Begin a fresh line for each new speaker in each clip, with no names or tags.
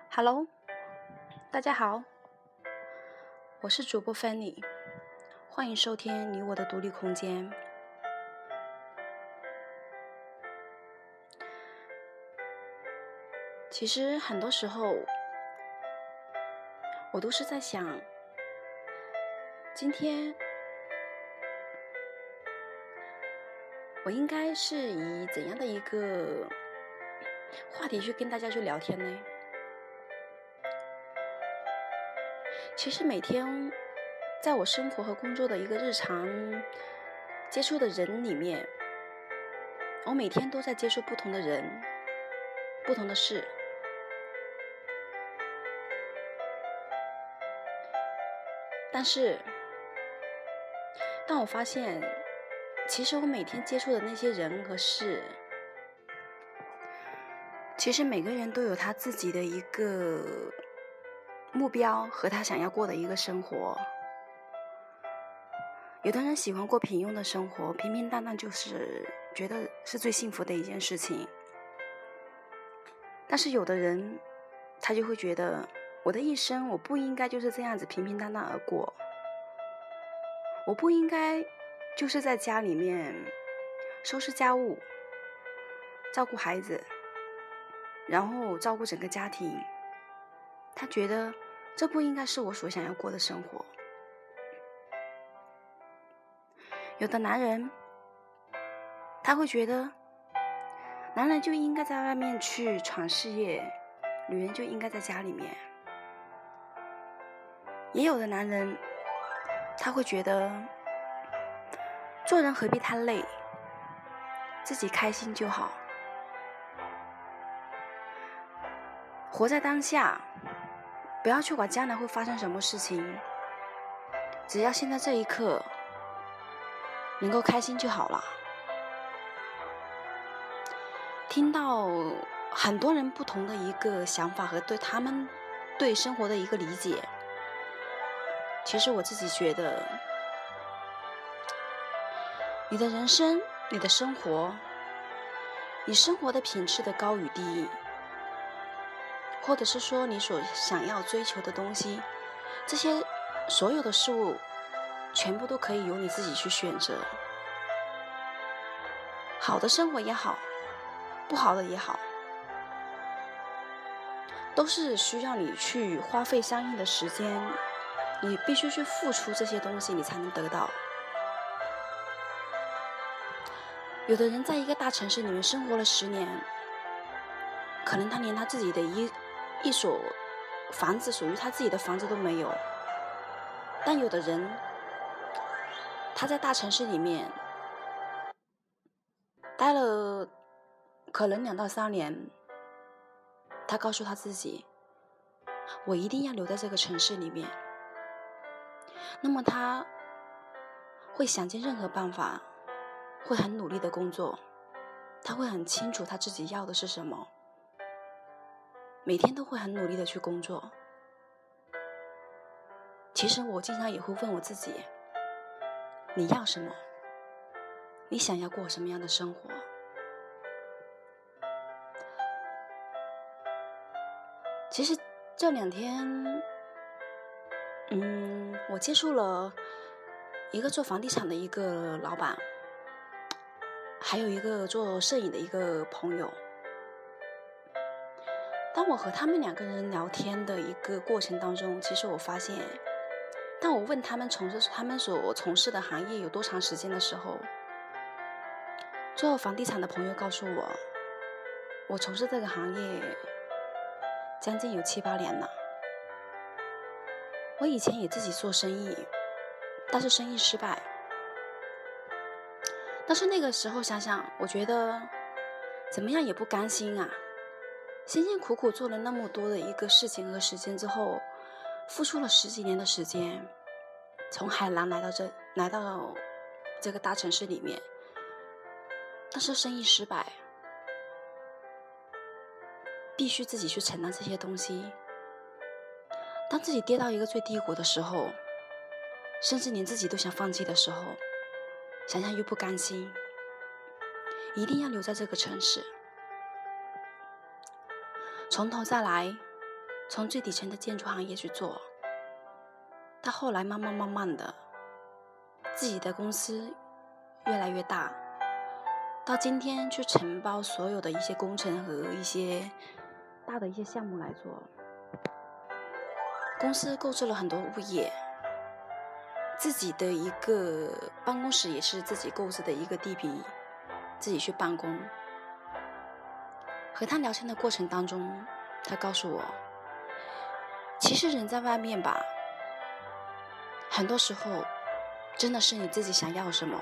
Hello，大家好，我是主播Fanny，欢迎收听你我的独立空间。其实很多时候，我都是在想，今天我应该是以怎样的一个话题去跟大家去聊天呢？其实每天在我生活和工作的一个日常接触的人里面，我每天都在接触不同的人，不同的事。但是当我发现，其实我每天接触的那些人和事，其实每个人都有他自己的一个目标和他想要过的一个生活。有的人喜欢过平庸的生活，平平淡淡就是觉得是最幸福的一件事情。但是有的人他就会觉得，我的一生我不应该就是这样子平平淡淡而过，我不应该就是在家里面收拾家务，照顾孩子，然后照顾整个家庭。他觉得这不应该是我所想要过的生活。有的男人他会觉得，男人就应该在外面去闯事业，女人就应该在家里面。也有的男人他会觉得，做人何必太累，自己开心就好，活在当下，不要去管将来会发生什么事情，只要现在这一刻能够开心就好了。听到很多人不同的一个想法和对他们对生活的一个理解，其实我自己觉得，你的人生，你的生活，你生活的品质的高与低，或者是说你所想要追求的东西，这些所有的事物全部都可以由你自己去选择。好的生活也好，不好的也好，都是需要你去花费相应的时间，你必须去付出这些东西，你才能得到。有的人在一个大城市里面生活了10年，可能他连他自己的一所房子，属于他自己的房子都没有。但有的人他在大城市里面待了可能2到3年，他告诉他自己，我一定要留在这个城市里面。那么他会想尽任何办法，会很努力的工作，他会很清楚他自己要的是什么，每天都会很努力的去工作。其实我经常也会问我自己，你要什么？你想要过什么样的生活？其实这2天，我接触了一个做房地产的一个老板，还有一个做摄影的一个朋友。当我和他们2个人聊天的一个过程当中，其实我发现，当我问他们所从事的行业有多长时间的时候，做房地产的朋友告诉我，我从事这个行业将近有7、8年了。我以前也自己做生意，但是生意失败。但是那个时候想想，我觉得怎么样也不甘心啊，辛辛苦苦做了那么多的一个事情和时间之后，付出了10几年的时间，从海南来到这个大城市里面，但是生意失败，必须自己去承担这些东西。当自己跌到一个最低谷的时候，甚至连自己都想放弃的时候，想想又不甘心，一定要留在这个城市，从头再来， 从最底层的建筑行业去做，到后来慢慢的，自己的公司越来越大，到今天去承包所有的一些工程和一些大的一些项目来做。公司购置了很多物业，自己的一个办公室也是自己购置的一个地皮，自己去办公。和他聊天的过程当中，他告诉我，其实人在外面吧，很多时候真的是你自己想要什么，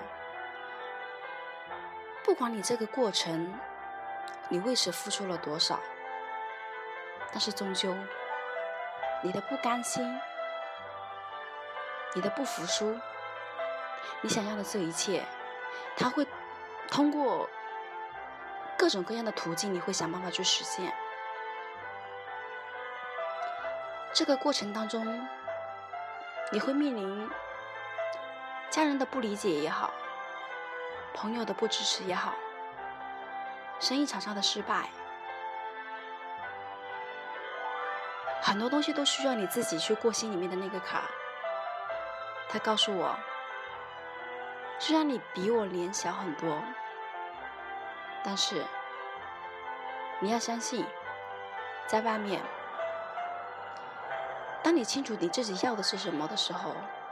不管你这个过程你为此付出了多少，但是终究你的不甘心，你的不服输，你想要的这一切，它会通过各种各样的途径，你会想办法去实现。这个过程当中，你会面临家人的不理解也好，朋友的不支持也好，生意场上的失败，很多东西都需要你自己去过心里面的那个坎。他告诉我，虽然你比我年小很多，但是你要相信，在外面，当你清楚你自己要的是什么的时候，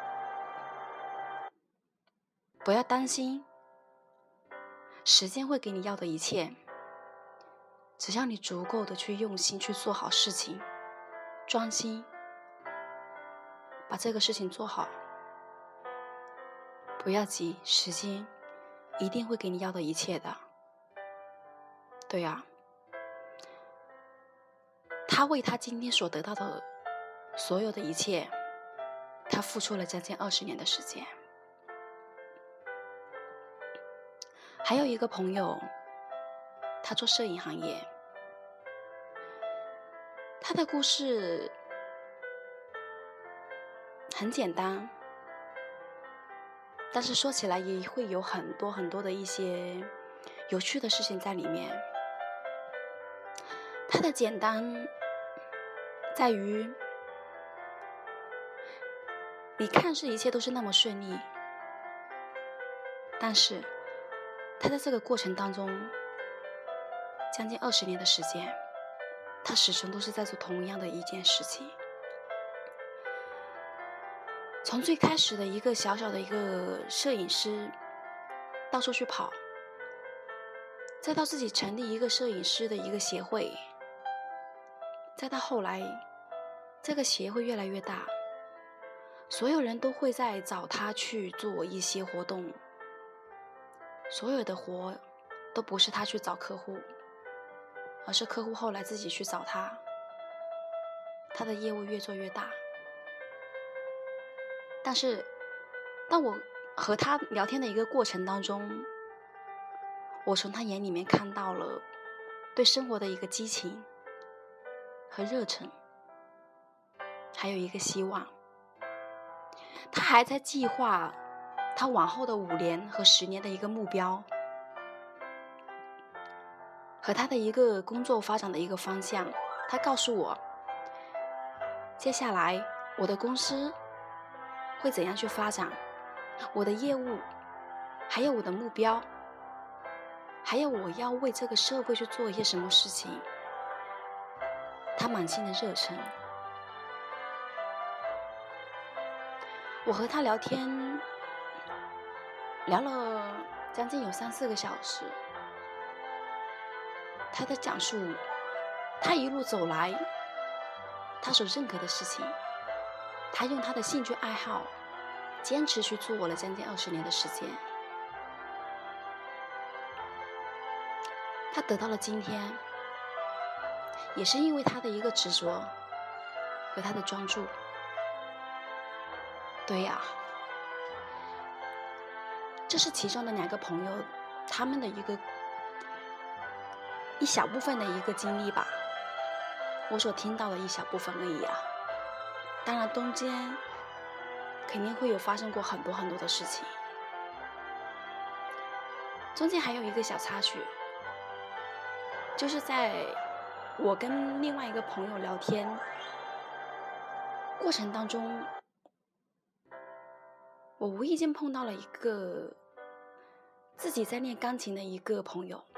不要担心时间会给你要的一切，只要你足够的去用心去做好事情，专心把这个事情做好，不要急，时间一定会给你要的一切的。对啊，他为他今天所得到的所有的一切，他付出了将近20年的时间。还有一个朋友，他做摄影行业，他的故事很简单，但是说起来也会有很多的一些有趣的事情在里面。它的简单在于，你看似一切都是那么顺利，但是他在这个过程当中将近20年的时间，他始终都是在做同样的一件事情。从最开始的一个小小的一个摄影师到处去跑，再到自己成立一个摄影师的一个协会，再到后来这个协会越来越大，所有人都会在找他去做一些活动，所有的活都不是他去找客户，而是客户后来自己去找他，他的业务越做越大。但是当我和他聊天的一个过程当中，我从他眼里面看到了对生活的一个激情和热忱，还有一个希望。他还在计划他往后的5年和10年的一个目标，和他的一个工作发展的一个方向。他告诉我，接下来我的公司会怎样去发展，我的业务，还有我的目标，还有我要为这个社会去做一些什么事情。他满心的热忱。我和他聊天聊了将近有3-4个小时，他在讲述他一路走来他所认可的事情，他用他的兴趣爱好坚持去做了将近20年的时间。他得到了今天，也是因为他的一个执着和他的专注。对呀，这是其中的2个朋友他们的一小部分的一个经历吧，我所听到的一小部分而已啊。当然中间肯定会有发生过很多的事情，中间还有一个小插曲，就是在我跟另外一个朋友聊天过程当中，我无意间碰到了一个自己在练钢琴的一个朋友。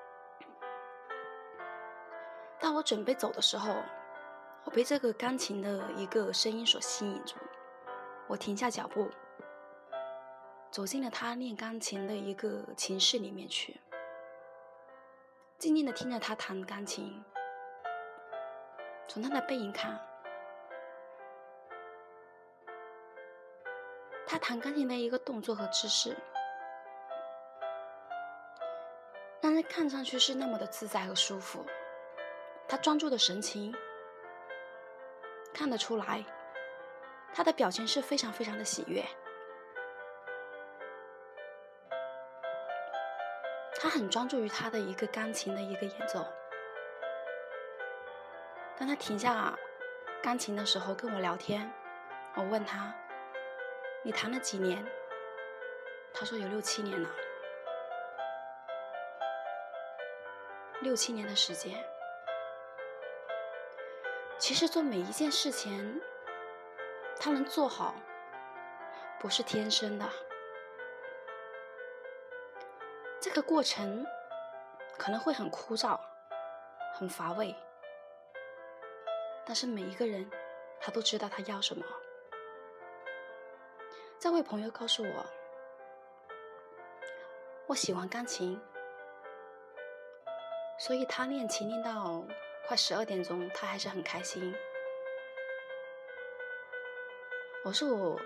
当我准备走的时候，我被这个钢琴的一个声音所吸引住，我停下脚步，走进了他练钢琴的一个琴室里面去，静静地听着他弹钢琴。从他的背影看，他弹钢琴的一个动作和姿势，让人看上去是那么的自在和舒服。他专注的神情看得出来，他的表情是非常非常的喜悦。他很专注于他的一个钢琴的一个演奏。当他停下钢琴的时候跟我聊天，我问他，你弹了几年？他说有6、7年了。6、7年的时间。其实做每一件事情，他能做好，不是天生的。这个过程可能会很枯燥，很乏味，但是每一个人他都知道他要什么。这位朋友告诉我，我喜欢钢琴，所以他练琴练到快12点钟，他还是很开心。我说我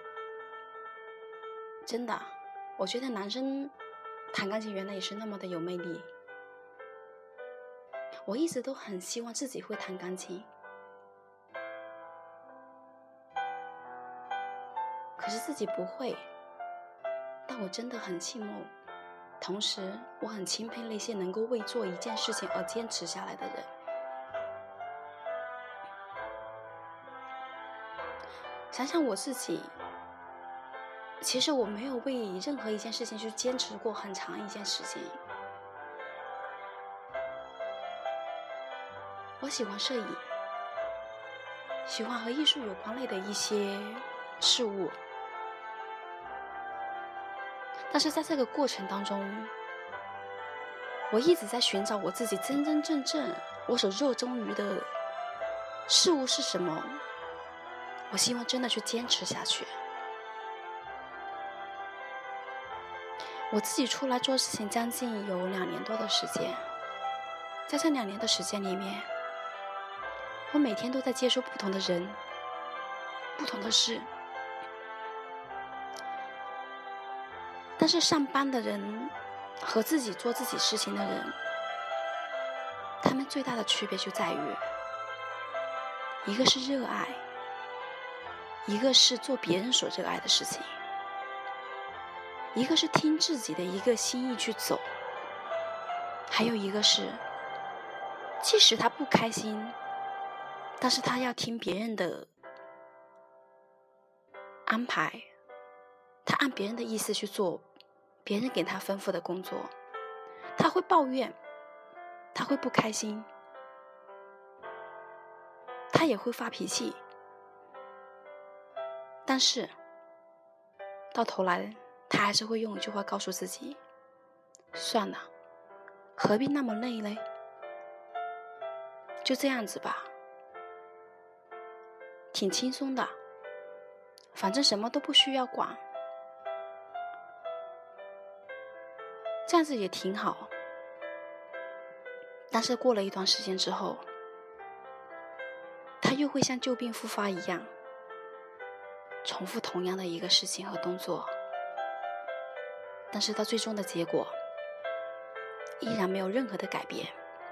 真的，我觉得男生弹钢琴原来也是那么的有魅力。我一直都很希望自己会弹钢琴，可是自己不会，但我真的很羡慕，同时我很钦佩那些能够为做一件事情而坚持下来的人。想想我自己，其实我没有为任何一件事情去坚持过很长一件时间。我喜欢摄影，喜欢和艺术有关类的一些事物，但是在这个过程当中，我一直在寻找我自己真真正正我所热衷于的事物是什么。我希望真的去坚持下去。我自己出来做事情将近有2年多的时间，在这2年的时间里面，我每天都在接触不同的人，不同的事。但是上班的人和自己做自己事情的人，他们最大的区别就在于，一个是热爱，一个是做别人所热爱的事情，一个是听自己的一个心意去走，还有一个是即使他不开心，但是他要听别人的安排，他按别人的意思去做别人给他吩咐的工作。他会抱怨，他会不开心，他也会发脾气，但是到头来他还是会用一句话告诉自己，算了，何必那么累嘞，就这样子吧，挺轻松的，反正什么都不需要管，这样子也挺好。但是过了一段时间之后，他又会像旧病复发一样，重复同样的一个事情和动作，但是到最终的结果依然没有任何的改变。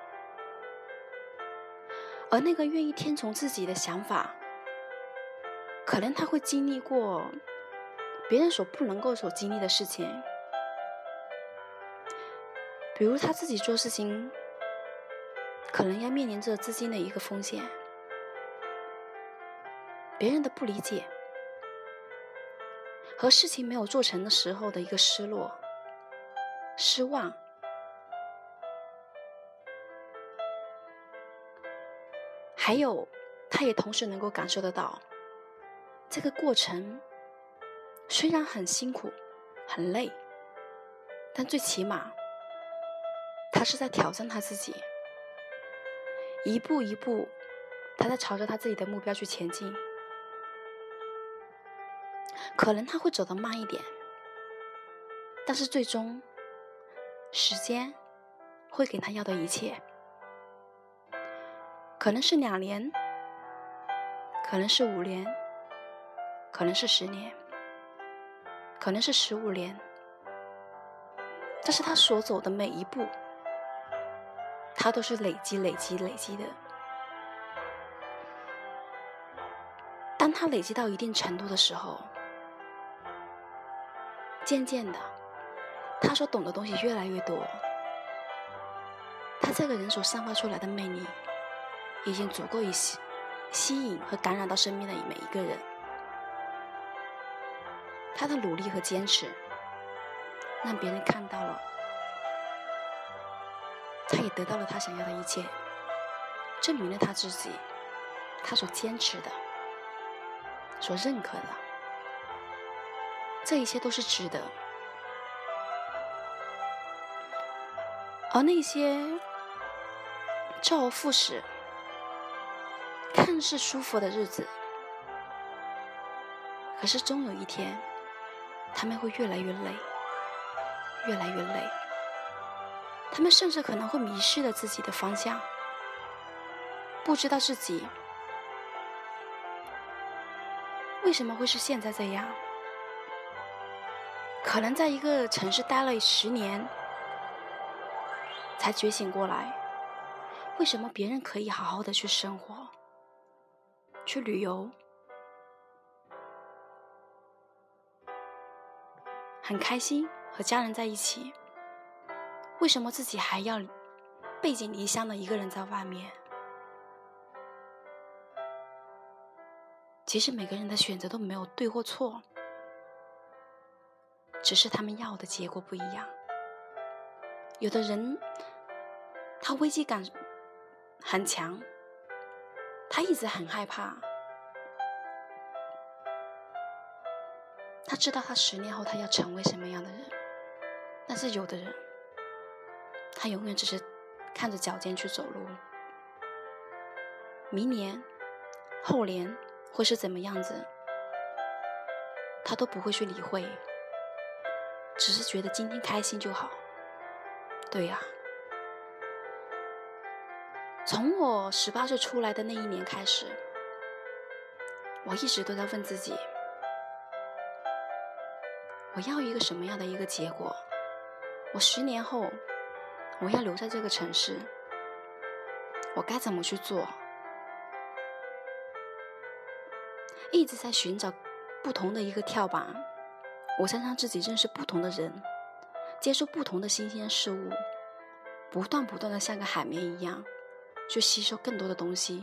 而那个愿意听从自己的想法，可能他会经历过别人所不能够所经历的事情，比如他自己做事情可能要面临着资金的一个风险，别人的不理解，和事情没有做成的时候的一个失落、失望，还有他也同时能够感受得到， 这个过程虽然很辛苦很累，但最起码他是在挑战他自己，一步一步他在朝着他自己的目标去前进。可能他会走得慢一点，但是最终时间会给他要的一切。可能是2年，可能是5年，可能是10年，可能是15年，但是他所走的每一步，他都是累积的。当他累积到一定程度的时候，渐渐的他所懂的东西越来越多，他这个人所散发出来的魅力已经足够吸引和感染到身边的每一个人。他的努力和坚持让别人看到了，他也得到了他想要的一切，证明了他自己，他所坚持的，所认可的，这一切都是值得。而那些周而复始看似舒服的日子，可是终有一天他们会越来越累，越来越累，他们甚至可能会迷失了自己的方向，不知道自己为什么会是现在这样。可能在一个城市待了10年才觉醒过来，为什么别人可以好好的去生活，去旅游，很开心和家人在一起，为什么自己还要背井离乡的一个人在外面？其实每个人的选择都没有对或错，只是他们要的结果不一样。有的人他危机感很强，他一直很害怕，他知道他10年后他要成为什么样的人。但是有的人他永远只是看着脚尖去走路，明年后年会是怎么样子他都不会去理会，只是觉得今天开心就好。对呀，从我18岁出来的那一年开始，我一直都在问自己，我要一个什么样的一个结果？我10年后我要留在这个城市，我该怎么去做？一直在寻找不同的一个跳板，我想让自己认识不同的人，接受不同的新鲜事物，不断的像个海绵一样去吸收更多的东西。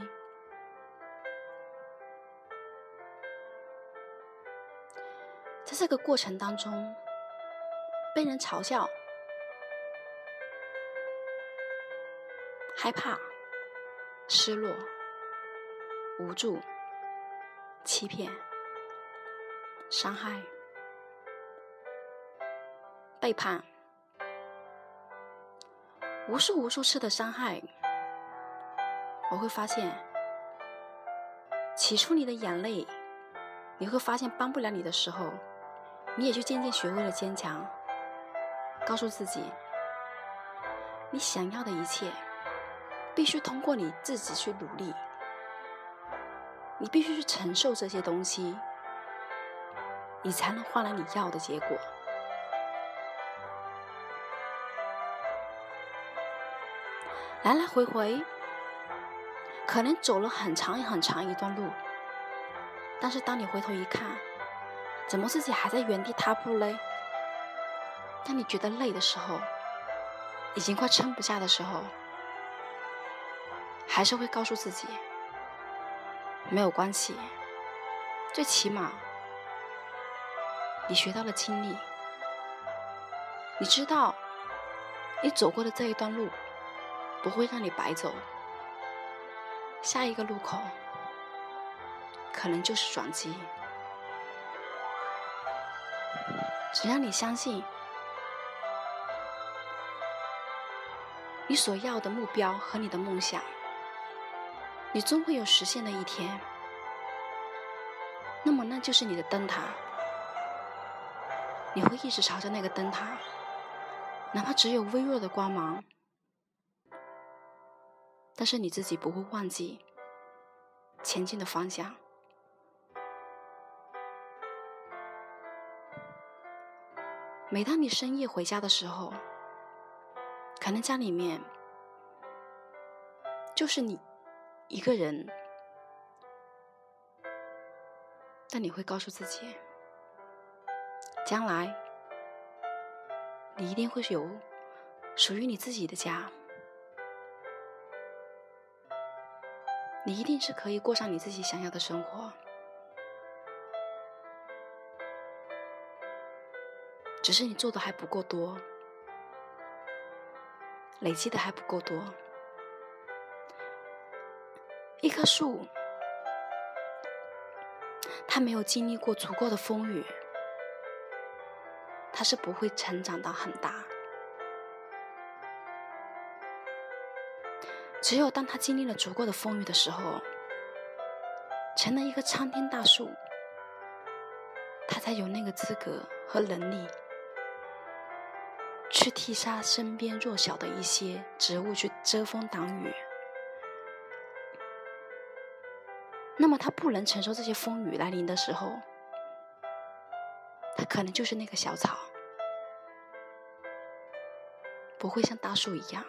在这个过程当中，被人嘲笑、害怕、失落、无助、欺骗、伤害、背叛，无数次的伤害，我会发现，起初你的眼泪，你会发现帮不了你的时候，你也就渐渐学会了坚强，告诉自己，你想要的一切必须通过你自己去努力，你必须去承受这些东西，你才能换来你要的结果。来来回回可能走了很长一段路，但是当你回头一看，怎么自己还在原地踏步嘞？当你觉得累的时候，已经快撑不下的时候，还是会告诉自己没有关系，最起码你学到了经历，你知道你走过的这一段路不会让你白走，下一个路口可能就是转机。 只要你相信，你所要的目标和你的梦想，你终会有实现的一天。那么那就是你的灯塔，你会一直朝着那个灯塔，哪怕只有微弱的光芒，但是你自己不会忘记前进的方向。每当你深夜回家的时候，可能家里面就是你一个人，但你会告诉自己，将来你一定会有属于你自己的家，你一定是可以过上你自己想要的生活，只是你做的还不够多，累积的还不够多。一棵树，它没有经历过足够的风雨，它是不会成长到很大。只有当它经历了足够的风雨的时候，成了一棵参天大树，它才有那个资格和能力去替它身边弱小的一些植物去遮风挡雨。那么它不能承受这些风雨来临的时候，它可能就是那个小草，不会像大树一样。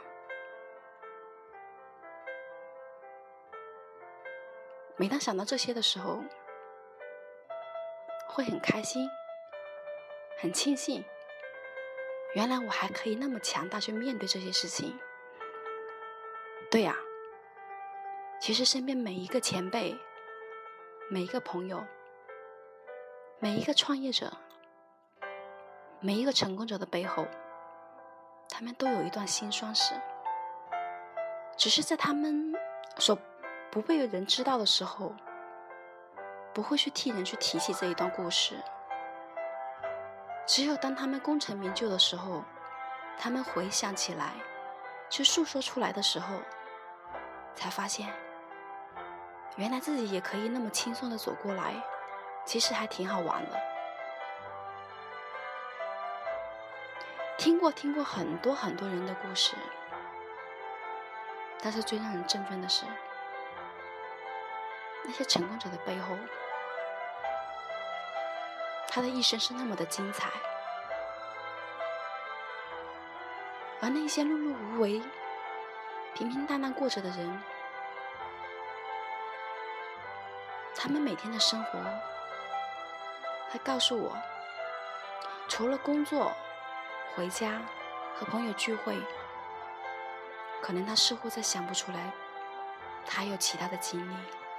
每当想到这些的时候，会很开心，很庆幸，原来我还可以那么强大去面对这些事情。对呀，其实身边每一个前辈，每一个朋友，每一个创业者，每一个成功者的背后，他们都有一段辛酸史，只是在他们所不被人知道的时候，不会去替人去提起这一段故事。只有当他们功成名就的时候，他们回想起来，去诉说出来的时候，才发现原来自己也可以那么轻松的走过来，其实还挺好玩的。听过很多人的故事，但是最让人振奋的是，那些成功者的背后，他的一生是那么的精彩，而那些碌碌无为、平平淡淡过着的人，他们每天的生活还告诉我，除了工作、回家和朋友聚会，可能他似乎再想不出来他还有其他的经历。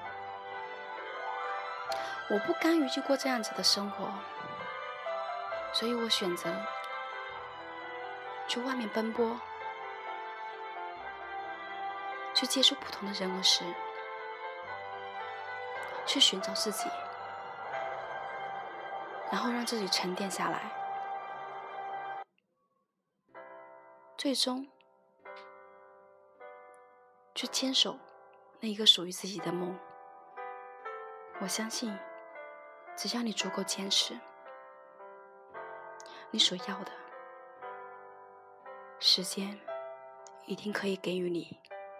我不甘于去过这样子的生活，所以我选择去外面奔波，去接触不同的人和事，去寻找自己，然后让自己沉淀下来，最终去坚守那一个属于自己的梦。我相信只要你足够坚持，你所要的时间一定可以给予你。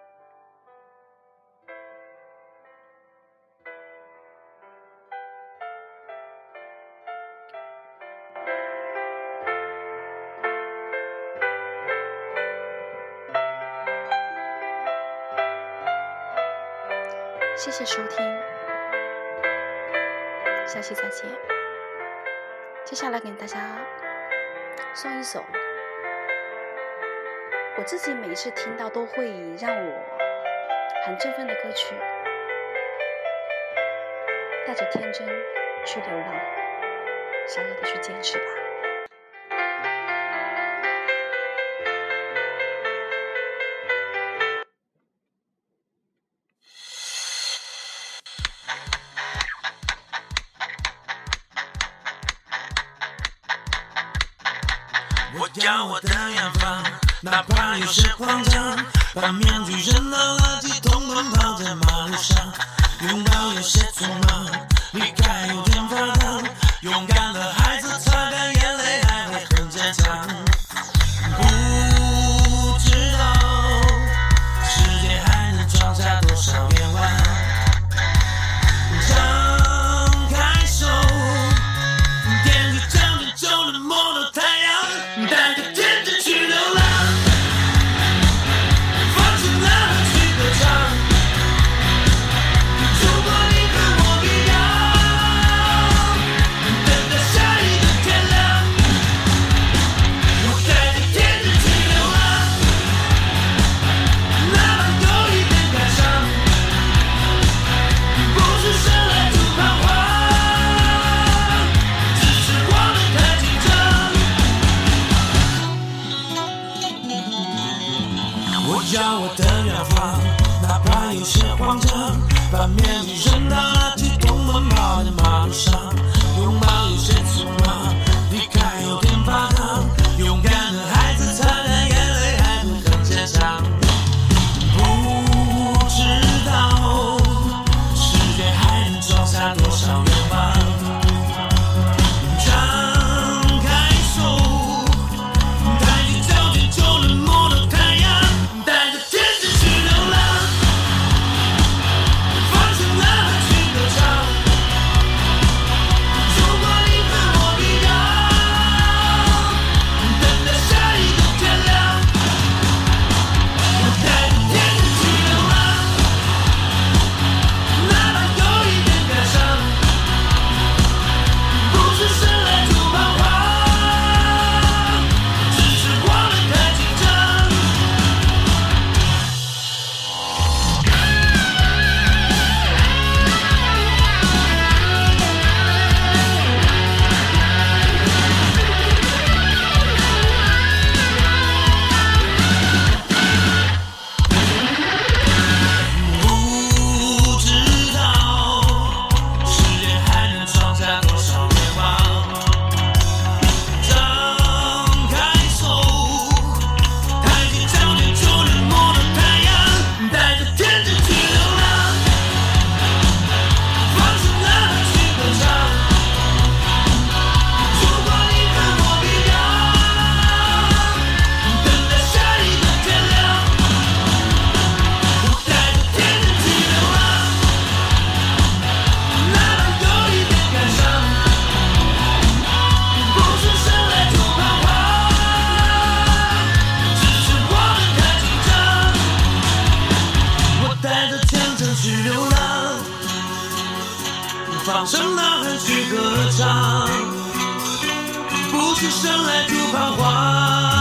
谢谢收听，下期再见。接下来给大家送一首我自己每一次听到都会让我很振奋的歌曲，带着天真去流浪，小小的去坚持吧。
要我的远方，哪怕有些慌张，把面具扔到垃圾桶，奔跑在马路上，拥抱有些匆忙，离开有点发烫，勇敢的孩子擦干眼泪还会很坚强。不知道世界还能装下多少愿望，张开手，踮起脚尖就能摸到太阳，带着天真去流浪，放声呐喊去歌唱。如果你和我一样，等待下一个天亮，我带着天真去流浪，哪怕有一点感伤，不是生来就彷徨，只是我们太紧张。我要我的远方，哪怕有些慌张，把面具扔到垃圾桶，奔跑在马路上，拥抱有些匆忙，离开有点发烫，勇敢的孩子擦干眼泪还会很坚强。不知道世界还能装下多少愿望，张开手，抬起脚尖就能摸到太阳，带着天真去流浪，放声呐喊去歌唱。如果你和我一样，等待下一个天亮，我带着天真去流浪，哪怕有一点感伤，不是生来就彷徨，只是我们太紧张。不知道世界还能装下多少愿望，张开手，抬起脚尖就能摸到太阳，带着天真去流浪，放声呐喊去歌唱。如果你和我一样，等待下一个天亮，我带着天真去流浪，哪怕有一点感伤，不是生来就彷徨，只是我们太紧张。我带着天真去流浪，放声呐喊去歌唱，不是生来就彷徨。